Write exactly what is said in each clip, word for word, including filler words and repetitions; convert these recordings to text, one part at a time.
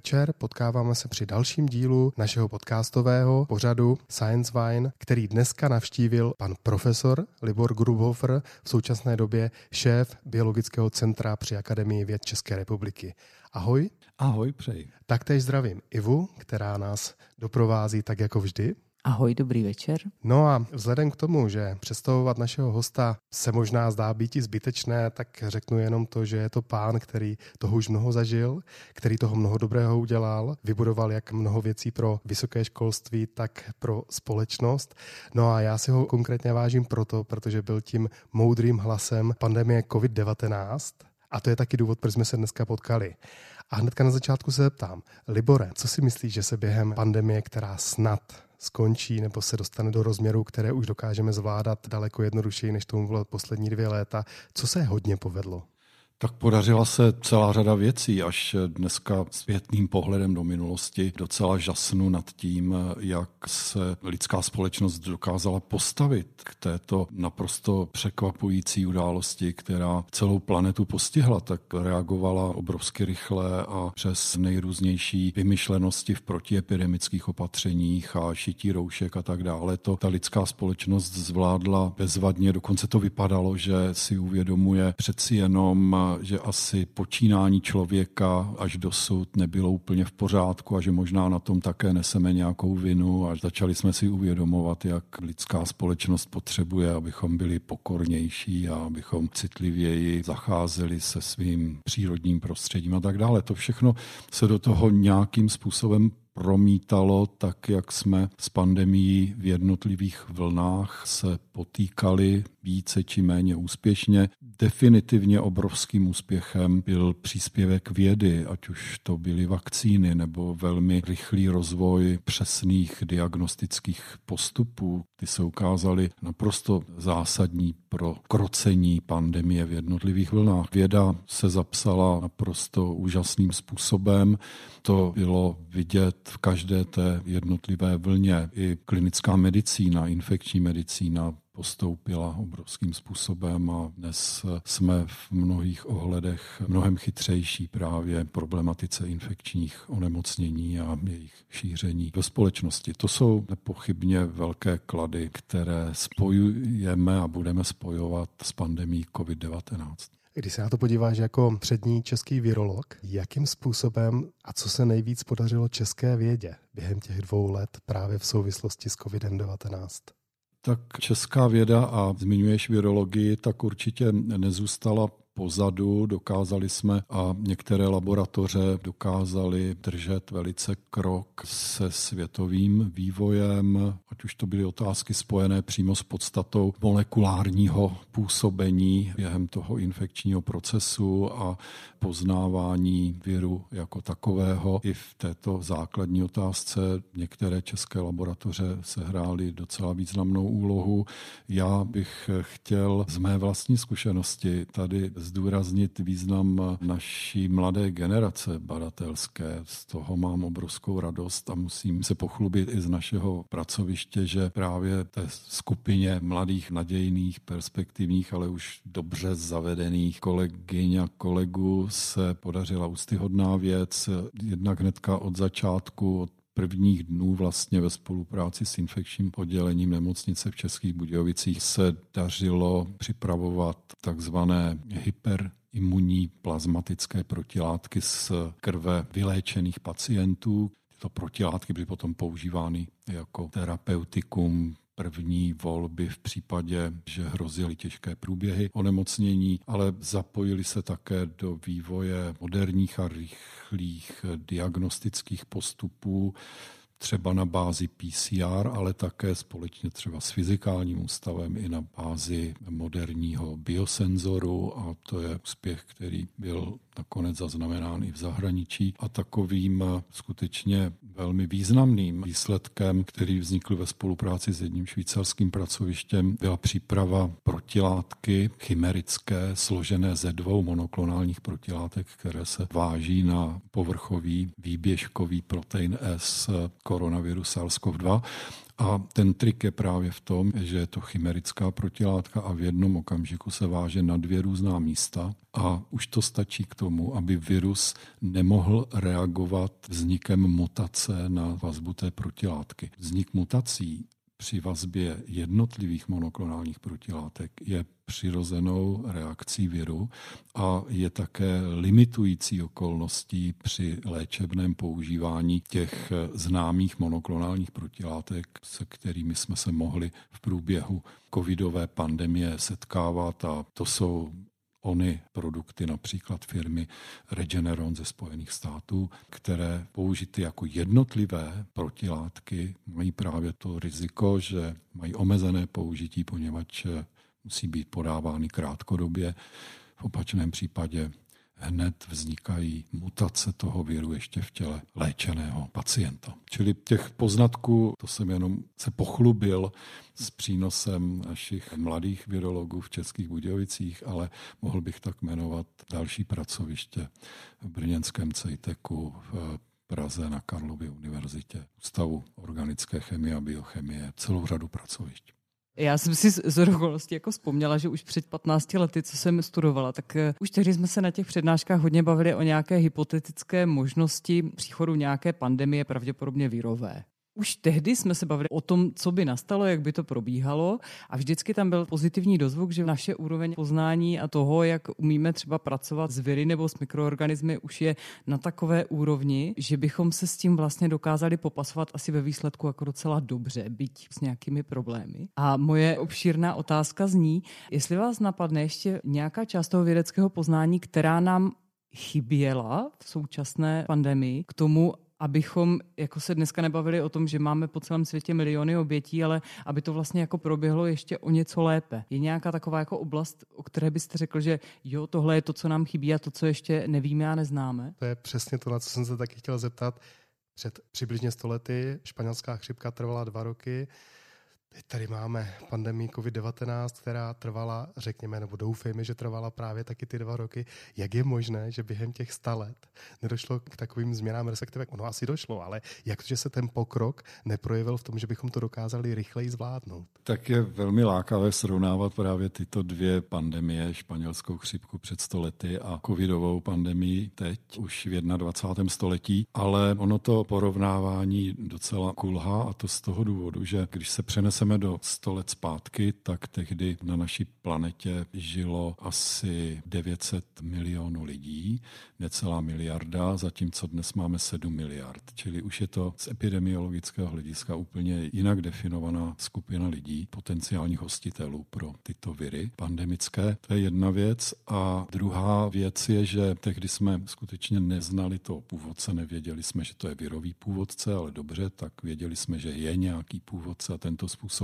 večer. Potkáváme se při dalším dílu našeho podcastového pořadu Science Wine, který dneska navštívil pan profesor Libor Grubhofer, v současné době šéf Biologického centra při Akademii věd České republiky. Ahoj. Ahoj, přeji. Taktéž zdravím Ivu, která nás doprovází tak jako vždy. Ahoj, dobrý večer. No a vzhledem k tomu, že představovat našeho hosta se možná zdá být i zbytečné, tak řeknu jenom to, že je to pán, který toho už mnoho zažil, který toho mnoho dobrého udělal, vybudoval jak mnoho věcí pro vysoké školství, tak pro společnost. No a já si ho konkrétně vážím proto, protože byl tím moudrým hlasem pandemie covid devatenáct a to je taky důvod, proč jsme se dneska potkali. A hnedka na začátku se zeptám, Libore, co si myslíš, že se během pandemie, která snad skončí nebo se dostane do rozměrů, které už dokážeme zvládat daleko jednodušeji, než tomu bylo poslední dvě léta, co se hodně povedlo? Tak podařila se celá řada věcí, až dneska zpětným pohledem do minulosti docela žasnu nad tím, jak se lidská společnost dokázala postavit k této naprosto překvapující události, která celou planetu postihla, tak reagovala obrovsky rychle a přes nejrůznější vymyšlenosti v protiepidemických opatřeních a šití roušek a tak dále. To ta lidská společnost zvládla bezvadně, dokonce to vypadalo, že si uvědomuje přeci jenom, že asi počínání člověka až dosud nebylo úplně v pořádku a že možná na tom také neseme nějakou vinu a začali jsme si uvědomovat, jak lidská společnost potřebuje, abychom byli pokornější a abychom citlivěji zacházeli se svým přírodním prostředím a tak dále. To všechno se do toho nějakým způsobem promítalo, tak jak jsme s pandemií v jednotlivých vlnách se potýkali více či méně úspěšně. Definitivně obrovským úspěchem byl příspěvek vědy, ať už to byly vakcíny nebo velmi rychlý rozvoj přesných diagnostických postupů. Ty se ukázaly naprosto zásadní pro krocení pandemie v jednotlivých vlnách. Věda se zapsala naprosto úžasným způsobem. To bylo vidět v každé té jednotlivé vlně. I klinická medicína, infekční medicína postoupila obrovským způsobem a dnes jsme v mnohých ohledech mnohem chytřejší právě problematice infekčních onemocnění a jejich šíření do společnosti. To jsou nepochybně velké klady, které spojujeme a budeme spojovat s pandemií covid devatenáct. Když se na to podíváš jako přední český virolog, jakým způsobem a co se nejvíc podařilo české vědě během těch dvou let právě v souvislosti s covid devatenáct? Tak česká věda, a zmiňuješ virologii, tak určitě nezůstala pozadu. Dokázali jsme a některé laboratoře dokázali držet velice krok se světovým vývojem, ať už to byly otázky spojené přímo s podstatou molekulárního působení během toho infekčního procesu a poznávání viru jako takového. I v této základní otázce některé české laboratoře sehrály docela významnou úlohu. Já bych chtěl z mé vlastní zkušenosti tady zdůraznit význam naší mladé generace badatelské. Z toho mám obrovskou radost a musím se pochlubit i z našeho pracoviště, že právě té skupině mladých, nadějných, perspektivních, ale už dobře zavedených kolegyň a kolegů se podařila úctyhodná věc. Jednak hnedka od začátku, od prvních dnů vlastně ve spolupráci s infekčním oddělením nemocnice v Českých Budějovicích se dařilo připravovat takzvané hyperimunní plazmatické protilátky z krve vyléčených pacientů. Tyto protilátky byly potom používány jako terapeutikum první volby v případě, že hrozily těžké průběhy onemocnění, ale zapojili se také do vývoje moderních a rychlých diagnostických postupů, třeba na bázi P C R, ale také společně třeba s fyzikálním ústavem i na bázi moderního biosenzoru, a to je úspěch, který byl nakonec zaznamenán i v zahraničí. A takovým skutečně velmi významným výsledkem, který vznikl ve spolupráci s jedním švýcarským pracovištěm, byla příprava protilátky chimerické, složené ze dvou monoklonálních protilátek, které se váží na povrchový výběžkový protein S koronaviru SARS-C o V dva. A ten trik je právě v tom, že je to chimerická protilátka a v jednom okamžiku se váže na dvě různá místa a už to stačí k tomu, aby virus nemohl reagovat vznikem mutace na vazbu té protilátky. Vznik mutací při vazbě jednotlivých monoklonálních protilátek je přirozenou reakcí viru a je také limitující okolností při léčebném používání těch známých monoklonálních protilátek, se kterými jsme se mohli v průběhu covidové pandemie setkávat, a to jsou ony produkty například firmy Regeneron ze Spojených států, které použity jako jednotlivé protilátky mají právě to riziko, že mají omezené použití, poněvadž musí být podávány krátkodobě. V opačném případě hned vznikají mutace toho viru ještě v těle léčeného pacienta. Čili těch poznatků, to jsem jenom se pochlubil s přínosem našich mladých virologů v Českých Budějovicích, ale mohl bych tak jmenovat další pracoviště v brněnském Cejteku, v Praze na Karlově univerzitě, Ústavu organické chemie a biochemie, celou řadu pracovišť. Já jsem si z okolností jako vzpomněla, že už před patnácti lety, co jsem studovala, tak už tehdy jsme se na těch přednáškách hodně bavili o nějaké hypotetické možnosti příchodu nějaké pandemie, pravděpodobně virové. Už tehdy jsme se bavili o tom, co by nastalo, jak by to probíhalo, a vždycky tam byl pozitivní dozvuk, že naše úroveň poznání a toho, jak umíme třeba pracovat s viry nebo s mikroorganismy, už je na takové úrovni, že bychom se s tím vlastně dokázali popasovat asi ve výsledku jako docela dobře, byť s nějakými problémy. A moje obšírná otázka zní, jestli vás napadne ještě nějaká část toho vědeckého poznání, která nám chyběla v současné pandemii k tomu, abychom jako se dneska nebavili o tom, že máme po celém světě miliony obětí, ale aby to vlastně jako proběhlo ještě o něco lépe. Je nějaká taková jako oblast, o které byste řekl, že jo, tohle je to, co nám chybí a to, co ještě nevíme a neznáme? To je přesně to, na co jsem se taky chtěl zeptat. Před přibližně sto lety španělská chřipka trvala dva roky. Teď tady máme pandemii covid devatenáct, která trvala, řekněme, nebo doufejme, že trvala právě taky ty dva roky. Jak je možné, že během těch sta let nedošlo k takovým změnám, respektive ono asi došlo, ale jak to, že se ten pokrok neprojevil v tom, že bychom to dokázali rychleji zvládnout? Tak je velmi lákavé srovnávat právě tyto dvě pandemie, španělskou chřipku před sto lety a covidovou pandemii teď už v dvacátém prvním století, ale ono to porovnávání docela kulhá, a to z toho důvodu, že když se přenese do sto let zpátky, tak tehdy na naší planetě žilo asi devět set milionů lidí, necelá miliarda, zatímco dnes máme sedm miliard. Čili už je to z epidemiologického hlediska úplně jinak definovaná skupina lidí, potenciálních hostitelů pro tyto viry pandemické. To je jedna věc. A druhá věc je, že tehdy jsme skutečně neznali toho původce, nevěděli jsme, že to je virový původce, ale dobře, tak věděli jsme, že je nějaký původce a tento způsobuje.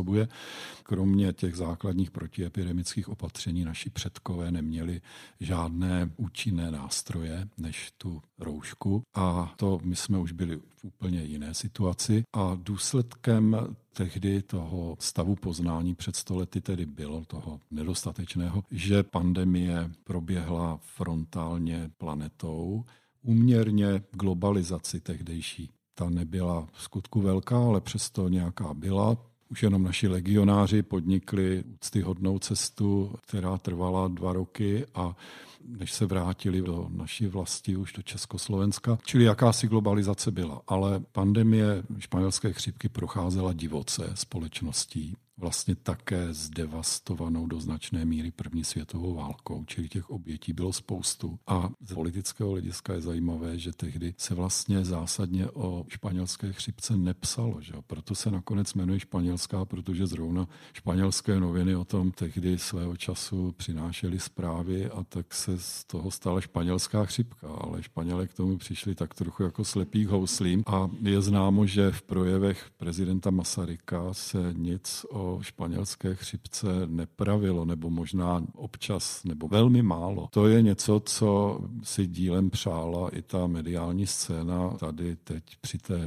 Kromě těch základních protiepidemických opatření naši předkové neměli žádné účinné nástroje než tu roušku, a to my jsme už byli v úplně jiné situaci, a důsledkem tehdy toho stavu poznání před sto lety tedy bylo toho nedostatečného, že pandemie proběhla frontálně planetou, úměrně globalizaci tehdejší. Ta nebyla v skutku velká, ale přesto nějaká byla. Už jenom naši legionáři podnikli úctyhodnou cestu, která trvala dva roky, a než se vrátili do naší vlasti, už do Československa. Čili jakási globalizace byla. Ale pandemie španělské chřipky procházela divoce společností, vlastně také zdevastovanou do značné míry první světovou válkou, čili těch obětí bylo spoustu. A z politického hlediska je zajímavé, že tehdy se vlastně zásadně o španělské chřipce nepsalo. Že? Proto se nakonec jmenuje španělská, protože zrovna španělské noviny o tom tehdy svého času přinášely zprávy, a tak se z toho stala španělská chřipka. Ale Španělé k tomu přišli tak trochu jako slepý k houslím, a je známo, že v projevech prezidenta Masaryka se nic o španělské chřipce nepravilo, nebo možná občas, nebo velmi málo. To je něco, co si dílem přála i ta mediální scéna tady teď při té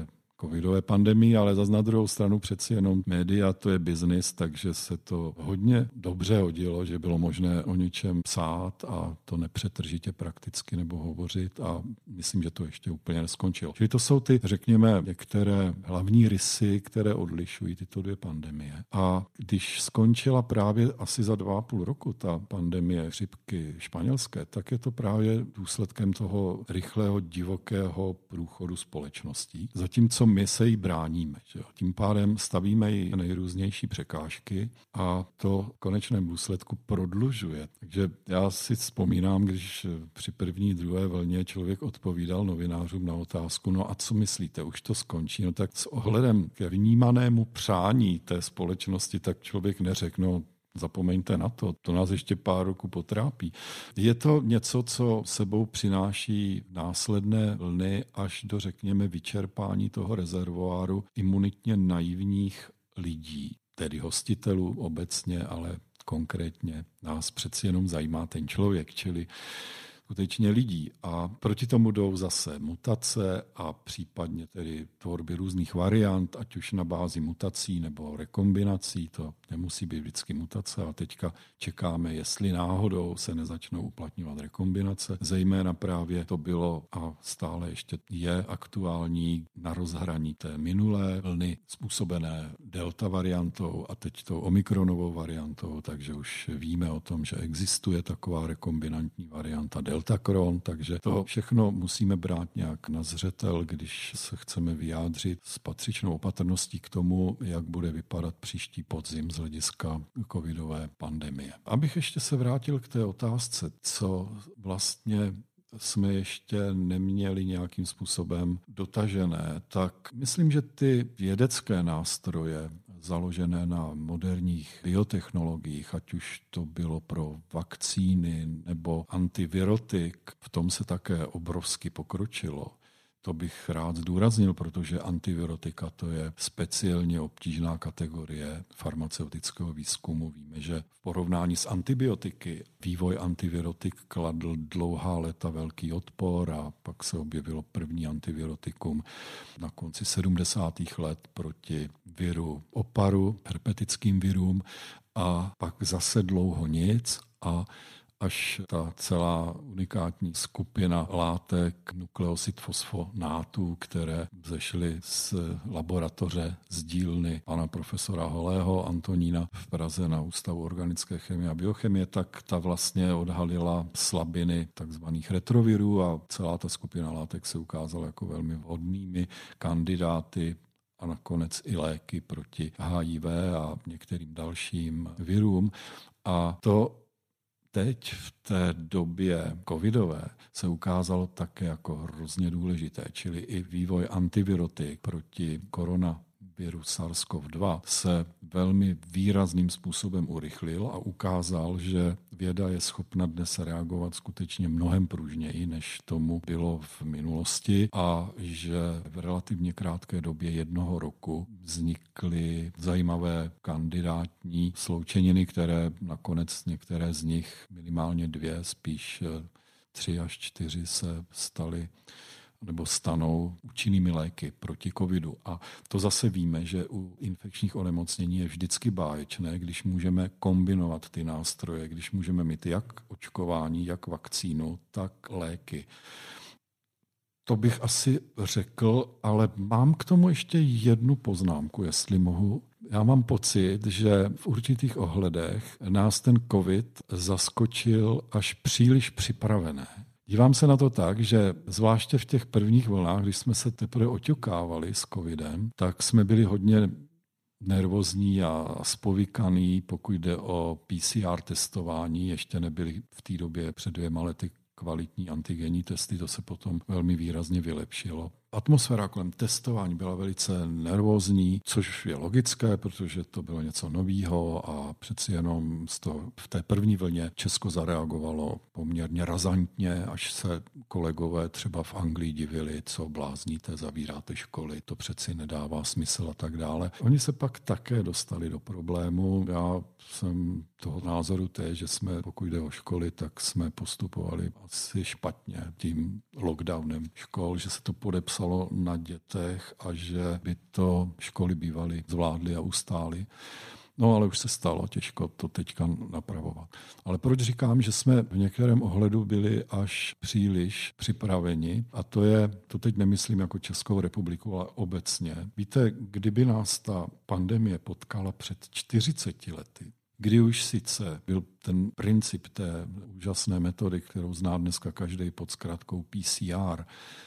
covidové pandemii, ale zas na druhou stranu přeci jenom média, to je biznis, takže se to hodně dobře hodilo, že bylo možné o něčem psát a to nepřetržitě prakticky nebo hovořit a myslím, že to ještě úplně neskončilo. Čili to jsou ty, řekněme, některé hlavní rysy, které odlišují tyto dvě pandemie. A když skončila právě asi za dva a půl roku ta pandemie chřipky španělské, tak je to právě důsledkem toho rychlého, divokého průchodu společností. Zatímco my se jí bráníme. Že? Tím pádem stavíme jí nejrůznější překážky a to v konečném důsledku prodlužuje. Takže já si vzpomínám, když při první, druhé vlně člověk odpovídal novinářům na otázku, no a co myslíte, už to skončí? No tak s ohledem ke vnímanému přání té společnosti, tak člověk neřekl, no zapomeňte na to, to nás ještě pár roků potrápí. Je to něco, co sebou přináší následné vlny až do, řekněme, vyčerpání toho rezervoáru imunitně naivních lidí, tedy hostitelů obecně, ale konkrétně nás přeci jenom zajímá ten člověk, čili skutečně lidí. A proti tomu jdou zase mutace a případně tedy tvorby různých variant, ať už na bázi mutací nebo rekombinací. To nemusí být vždycky mutace a teďka čekáme, jestli náhodou se nezačnou uplatňovat rekombinace. Zejména právě to bylo a stále ještě je aktuální na rozhraní té minulé vlny způsobené delta variantou a teď tou omikronovou variantou, takže už víme o tom, že existuje taková rekombinantní varianta deltakron, takže to všechno musíme brát nějak na zřetel, když se chceme vyjádřit s patřičnou opatrností k tomu, jak bude vypadat příští podzim z hlediska covidové pandemie. Abych ještě se vrátil k té otázce, co vlastně jsme ještě neměli nějakým způsobem dotažené, tak myslím, že ty vědecké nástroje založené na moderních biotechnologiích, ať už to bylo pro vakcíny nebo antivirotik, v tom se také obrovsky pokročilo. To bych rád zdůraznil, protože antivirotika to je speciálně obtížná kategorie farmaceutického výzkumu. Víme, že v porovnání s antibiotiky vývoj antivirotik kladl dlouhá léta velký odpor a pak se objevilo první antivirotikum na konci sedmdesátých let proti viru oparu, herpetickým virům a pak zase dlouho nic a až ta celá unikátní skupina látek nukleosid fosfonátů, které vzešly z laboratoře z dílny pana profesora Holého Antonína v Praze na Ústavu organické chemie a biochemie, tak ta vlastně odhalila slabiny takzvaných retrovirů a celá ta skupina látek se ukázala jako velmi vhodnými kandidáty a nakonec i léky proti H I V a některým dalším virům. A to teď v té době covidové se ukázalo také jako hrozně důležité, čili i vývoj antivirotik proti koronaviru SARS-C o V dva se velmi výrazným způsobem urychlil a ukázal, že věda je schopna dnes reagovat skutečně mnohem pružněji, než tomu bylo v minulosti a že v relativně krátké době jednoho roku vznikly zajímavé kandidátní sloučeniny, které nakonec některé z nich, minimálně dvě, spíš tři až čtyři se staly nebo stanou účinnými léky proti covidu. A to zase víme, že u infekčních onemocnění je vždycky báječné, když můžeme kombinovat ty nástroje, když můžeme mít jak očkování, jak vakcínu, tak léky. To bych asi řekl, ale mám k tomu ještě jednu poznámku, jestli mohu. Já mám pocit, že v určitých ohledech nás ten covid zaskočil až příliš připravené. Dívám se na to tak, že zvláště v těch prvních vlnách, když jsme se teprve oťukávali s covidem, tak jsme byli hodně nervózní a spovykaný, pokud jde o P C R testování. Ještě nebyly v té době před dvěma lety kvalitní antigenní testy, to se potom velmi výrazně vylepšilo. Atmosféra kolem testování byla velice nervózní, což je logické, protože to bylo něco novýho a přeci jenom z toho, v té první vlně Česko zareagovalo poměrně razantně, až se kolegové třeba v Anglii divili, co blázníte, zavíráte školy, to přeci nedává smysl a tak dále. Oni se pak také dostali do problému. Já jsem toho názoru té, že jsme, pokud jde o školy, tak jsme postupovali asi špatně tím lockdownem škol, že se to podepsalo zůstalo na dětech a že by to školy bývaly zvládly a ustály. No ale už se stalo, těžko to teďka napravovat. Ale proč říkám, že jsme v některém ohledu byli až příliš připraveni, a to je, to teď nemyslím jako Českou republiku, ale obecně. Víte, kdyby nás ta pandemie potkala před čtyřiceti lety, kdy už sice byl ten princip té úžasné metody, kterou zná dneska každý pod zkratkou P C R,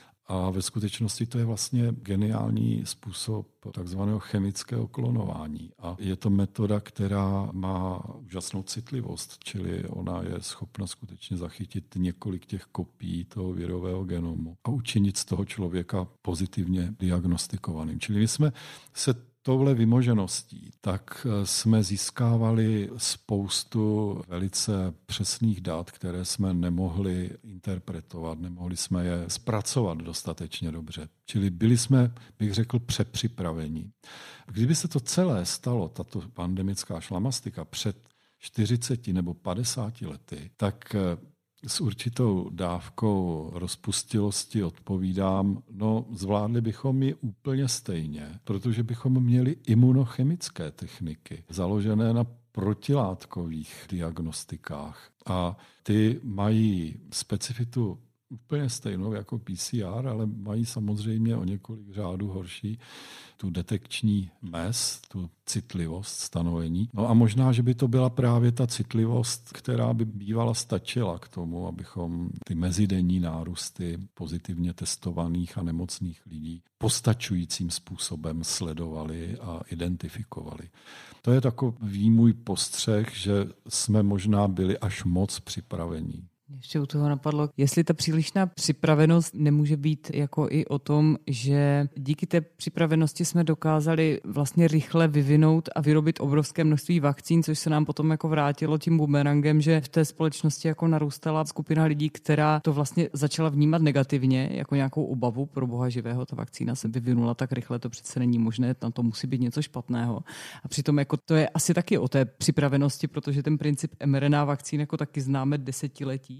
a ve skutečnosti to je vlastně geniální způsob takzvaného chemického klonování. A je to metoda, která má úžasnou citlivost, čili ona je schopna skutečně zachytit několik těch kopií toho virového genomu a učinit z toho člověka pozitivně diagnostikovaným. Čili my jsme se touhle vymožeností, tak jsme získávali spoustu velice přesných dat, které jsme nemohli interpretovat, nemohli jsme je zpracovat dostatečně dobře. Čili byli jsme, bych řekl, přepřipraveni. Kdyby se to celé stalo, tato pandemická šlamastika, před čtyřiceti nebo padesáti lety, tak s určitou dávkou rozpustilosti odpovídám, no zvládli bychom ji úplně stejně, protože bychom měli imunochemické techniky založené na protilátkových diagnostikách. A ty mají specifitu úplně stejnou jako P C R, ale mají samozřejmě o několik řádů horší tu detekční mez, tu citlivost stanovení. No a možná, že by to byla právě ta citlivost, která by bývala stačila k tomu, abychom ty mezidenní nárůsty pozitivně testovaných a nemocných lidí postačujícím způsobem sledovali a identifikovali. To je takový můj postřeh, že jsme možná byli až moc připravení. Ještě u toho napadlo, jestli ta přílišná připravenost nemůže být jako i o tom, že díky té připravenosti jsme dokázali vlastně rychle vyvinout a vyrobit obrovské množství vakcín, což se nám potom jako vrátilo tím bumerangem, že v té společnosti jako narůstala skupina lidí, která to vlastně začala vnímat negativně, jako nějakou obavu pro boha živého. Ta vakcína se vyvinula tak rychle, to přece není možné, tam to musí být něco špatného. A přitom jako to je asi taky o té připravenosti, protože ten princip mRNA vakcín jako taky známe desetiletí.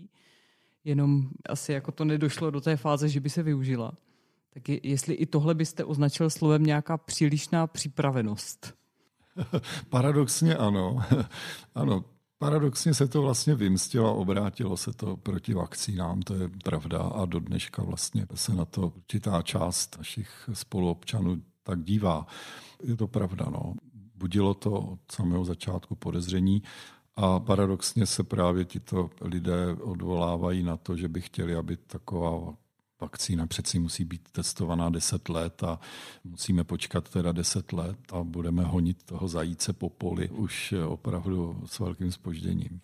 Jenom asi jako to nedošlo do té fáze, že by se využila. Tak je, jestli i tohle byste označil slovem nějaká přílišná připravenost? Paradoxně ano. Ano, paradoxně se to vlastně vymstilo a obrátilo se to proti vakcínám, to je pravda. A do dneška vlastně se na to určitá část našich spoluobčanů tak dívá. Je to pravda, no. Budilo to od samého začátku podezření. A paradoxně se právě tito lidé odvolávají na to, že by chtěli, aby taková vakcína přeci musí být testovaná deset let a musíme počkat teda deset let a budeme honit toho zajíce po poli už opravdu s velkým zpožděním.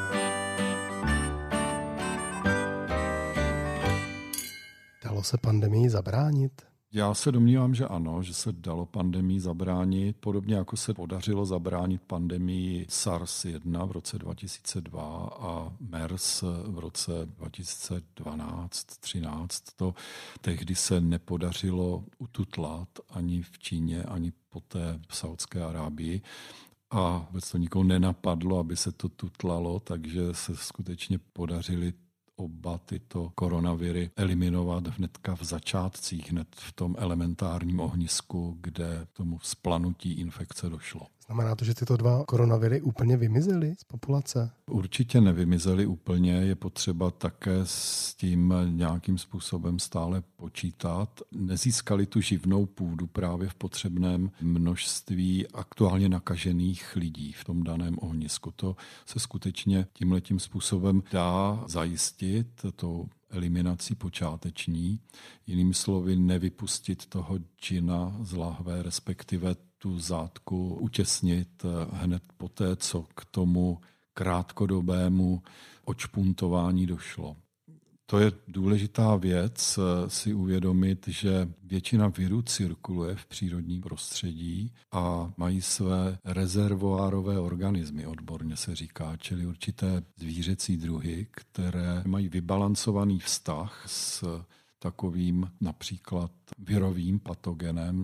Dalo se pandemii zabránit? Já se domnívám, že ano, že se dalo pandemii zabránit, podobně jako se podařilo zabránit pandemii SARS jedna v roce dva tisíce dva a MERS v roce dva tisíce dvanáct třináct. To tehdy se nepodařilo ututlat ani v Číně, ani poté v Saudské Arábii. A vůbec to nikoho nenapadlo, aby se to tutlalo, takže se skutečně podařili oba tyto koronaviry eliminovat hnedka v začátcích, hned v tom elementárním ohnisku, kde tomu vzplanutí infekce došlo. Znamená to, že tyto dva koronaviry úplně vymizely z populace? Určitě nevymizely úplně, je potřeba také s tím nějakým způsobem stále počítat. Nezískali tu živnou půdu právě v potřebném množství aktuálně nakažených lidí v tom daném ohnisku. To se skutečně tímhletím způsobem dá zajistit tou eliminací počáteční. Jinými slovy, nevypustit toho džina z lahve, respektive tu zátku utěsnit hned poté, co k tomu krátkodobému očpuntování došlo. To je důležitá věc si uvědomit, že většina virů cirkuluje v přírodním prostředí a mají své rezervoárové organismy, odborně se říká, čili určité zvířecí druhy, které mají vybalancovaný vztah s takovým například virovým patogenem,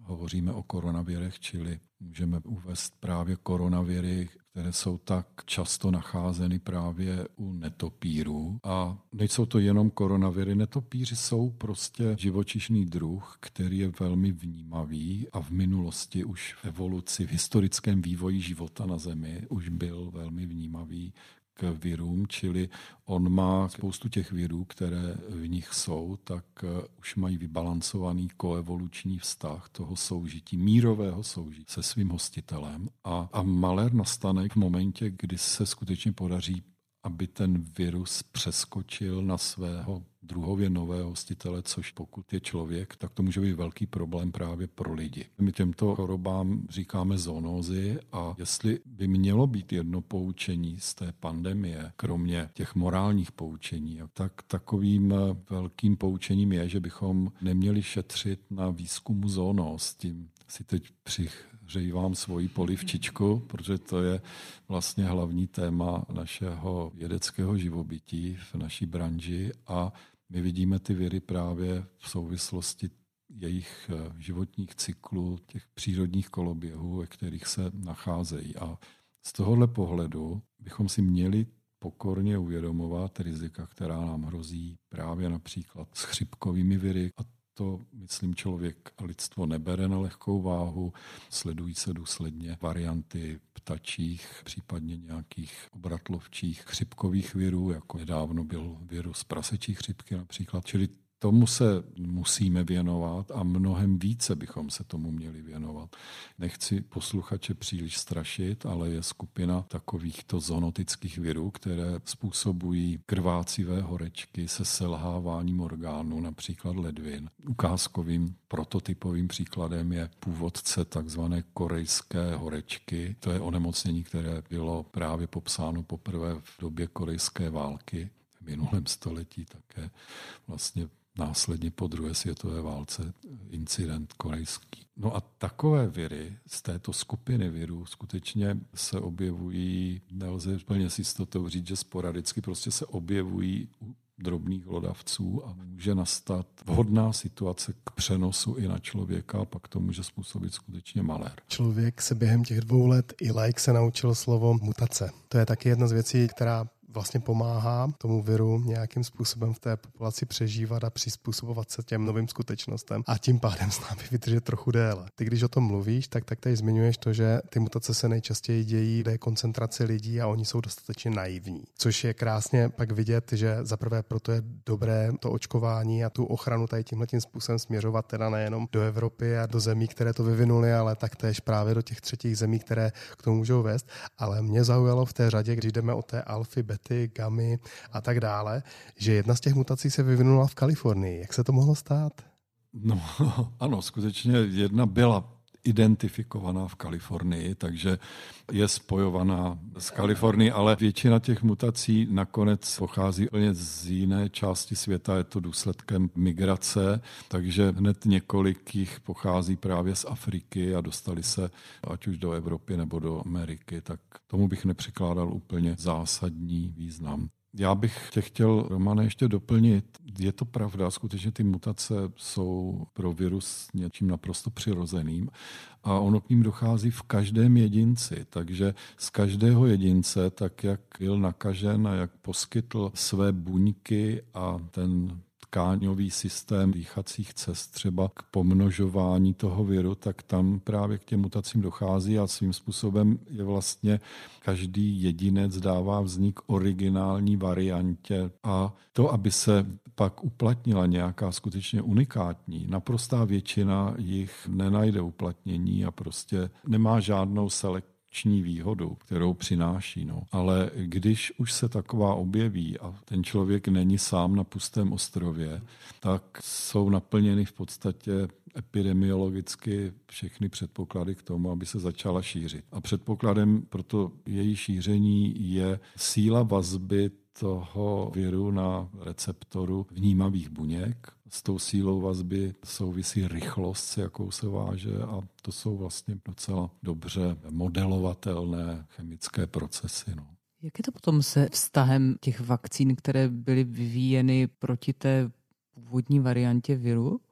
hovoříme o koronavirech, čili můžeme uvést právě koronaviry, které jsou tak často nacházeny právě u netopírů. A nejsou to jenom koronaviry, netopíři jsou prostě živočišný druh, který je velmi vnímavý a v minulosti už v evoluci, v historickém vývoji života na Zemi už byl velmi vnímavý k virům, čili on má spoustu těch virů, které v nich jsou, tak už mají vybalancovaný koevoluční vztah toho soužití, mírového soužití se svým hostitelem. A, a malér nastane v momentě, kdy se skutečně podaří, aby ten virus přeskočil na svého druhově nového hostitele, což pokud je člověk, tak to může být velký problém právě pro lidi. My těmto chorobám říkáme zoonózy a jestli by mělo být jedno poučení z té pandemie, kromě těch morálních poučení, tak takovým velkým poučením je, že bychom neměli šetřit na výzkumu zoonóz. Tím si teď přihřejvám svoji polivčičku, protože to je vlastně hlavní téma našeho vědeckého živobytí v naší branži a my vidíme ty viry právě v souvislosti jejich životních cyklů, těch přírodních koloběhů, ve kterých se nacházejí. A z tohohle pohledu bychom si měli pokorně uvědomovat rizika, která nám hrozí právě například s chřipkovými viry. A to, myslím, člověk a lidstvo nebere na lehkou váhu. Sledují se důsledně varianty ptačích, případně nějakých obratlovčích chřipkových virů, jako nedávno byl virus prasečí chřipky například. Čili tomu se musíme věnovat a mnohem více bychom se tomu měli věnovat. Nechci posluchače příliš strašit, ale je skupina takovýchto zoonotických virů, které způsobují krvácivé horečky se selháváním orgánů, například ledvin. Ukázkovým prototypovým příkladem je původce takzvané korejské horečky. To je onemocnění, které bylo právě popsáno poprvé v době korejské války v minulém století, také vlastně následně po druhé světové válce incident korejský. No a takové viry z této skupiny virů skutečně se objevují, nelze úplně s jistotou říct, že sporadicky prostě se objevují u drobných hlodavců a může nastat vhodná situace k přenosu i na člověka a pak to může způsobit skutečně malér. Člověk se během těch dvou let i laik se naučil slovo mutace. To je taky jedna z věcí, která vlastně pomáhá tomu viru nějakým způsobem v té populaci přežívat a přizpůsobovat se těm novým skutečnostem a tím pádem s námi vydržet trochu déle. Ty, když o tom mluvíš, tak tak tady zmiňuješ to, že ty mutace se nejčastěji dějí v koncentraci lidí a oni jsou dostatečně naivní. Což je krásně pak vidět, že zaprvé proto je dobré to očkování a tu ochranu tady tímhletím způsobem směřovat teda nejenom do Evropy a do zemí, které to vyvinuly, ale taktéž právě do těch třetích zemí, které k tomu můžou vést. Ale mě zaujalo v té řadě, když jdeme o té alfy, bety, gamy a tak dále, že jedna z těch mutací se vyvinula v Kalifornii. Jak se to mohlo stát? No ano, skutečně jedna byla identifikovaná v Kalifornii, takže je spojovaná s Kalifornií, ale většina těch mutací nakonec pochází úplně z jiné části světa, je to důsledkem migrace, takže hned několik jich pochází právě z Afriky a dostali se ať už do Evropy nebo do Ameriky, tak tomu bych nepřikládal úplně zásadní význam. Já bych tě chtěl, Romane, ještě doplnit. Je to pravda, skutečně ty mutace jsou pro virus něčím naprosto přirozeným a ono k ním dochází v každém jedinci. Takže z každého jedince, tak jak byl nakažen a jak poskytl své buňky a ten tkáňový systém dýchacích cest třeba k pomnožování toho viru, tak tam právě k těm mutacím dochází a svým způsobem je vlastně každý jedinec dává vznik originální variantě a to, aby se pak uplatnila nějaká skutečně unikátní, naprostá většina jich nenajde uplatnění a prostě nemá žádnou selekci výhodu, kterou přináší. No. Ale když už se taková objeví a ten člověk není sám na pustém ostrově, tak jsou naplněny v podstatě epidemiologicky všechny předpoklady k tomu, aby se začala šířit. A předpokladem pro to její šíření je síla vazby toho viru na receptoru vnímavých buněk. S tou sílou vazby souvisí rychlost, s jakou se váže a to jsou vlastně docela dobře modelovatelné chemické procesy. No. Jak je to potom se vztahem těch vakcín, které byly vyvíjeny proti té původní variantě viru?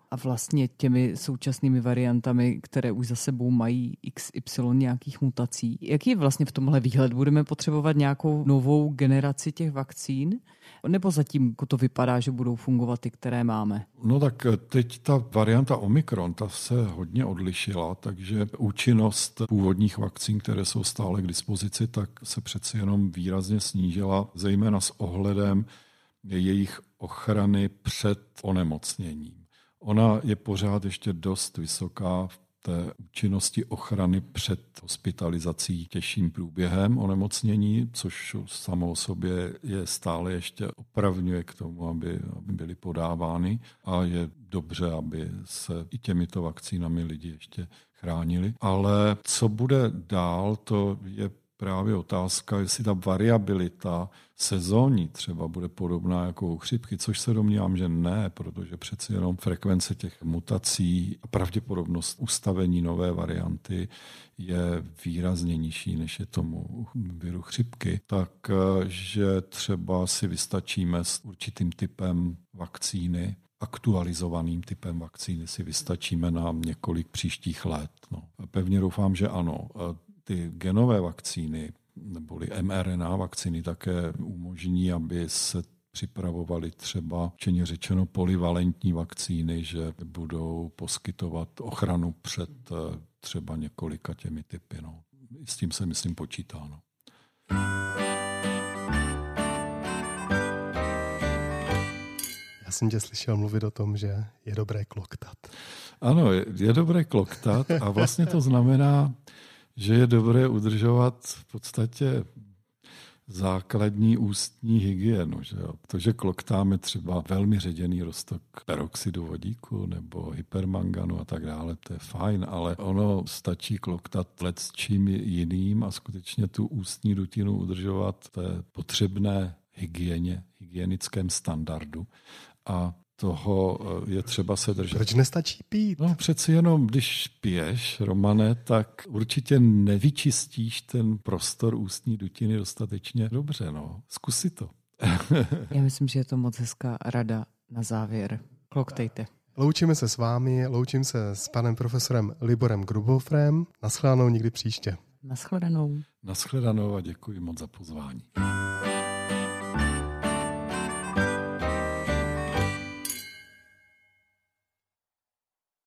A vlastně těmi současnými variantami, které už za sebou mají iks ypsilon nějakých mutací. Jaký je vlastně v tomhle výhled? Budeme potřebovat nějakou novou generaci těch vakcín? Nebo zatím to vypadá, že budou fungovat ty, které máme? No tak teď ta varianta Omikron, ta se hodně odlišila, takže účinnost původních vakcín, které jsou stále k dispozici, tak se přeci jenom výrazně snížila, zejména s ohledem jejich ochrany před onemocněním. Ona je pořád ještě dost vysoká v té účinnosti ochrany před hospitalizací těžším průběhem onemocnění, což samo o sobě je stále ještě opravňuje k tomu, aby, aby byly podávány a je dobře, aby se i těmito vakcínami lidi ještě chránili. Ale co bude dál, to je právě otázka, jestli ta variabilita sezónní třeba bude podobná jako u chřipky, což se domnívám, že ne, protože přeci jenom frekvence těch mutací a pravděpodobnost ustavení nové varianty je výrazně nižší, než je tomu u viru chřipky. Takže třeba si vystačíme s určitým typem vakcíny, aktualizovaným typem vakcíny si vystačíme na několik příštích let. No. Pevně doufám, že ano. Ty genové vakcíny neboli em er en á vakcíny také umožní, aby se připravovaly třeba, čeně řečeno, polyvalentní vakcíny, že budou poskytovat ochranu před třeba několika těmi typy. No. S tím se, myslím, počítá. No. Já jsem tě slyšel mluvit o tom, že je dobré kloktat. Ano, je, je dobré kloktat a vlastně to znamená, že je dobré udržovat v podstatě základní ústní hygienu. Že jo? To, že kloktáme třeba velmi ředěný roztok peroxidu vodíku nebo hypermanganu a tak dále, to je fajn, ale ono stačí kloktat let s čím jiným a skutečně tu ústní dutinu udržovat v té potřebné hygieně, hygienickém standardu. A toho je třeba se držet. Proč nestačí pít? No přeci jenom, když piješ, Romane, tak určitě nevyčistíš ten prostor ústní dutiny dostatečně dobře. No. Zkus si to. Já myslím, že je to moc hezká rada na závěr. Kloktejte. Loučíme se s vámi, loučím se s panem profesorem Liborem Grubhoferem. Naschledanou někdy příště. Naschledanou. Naschledanou a děkuji moc za pozvání.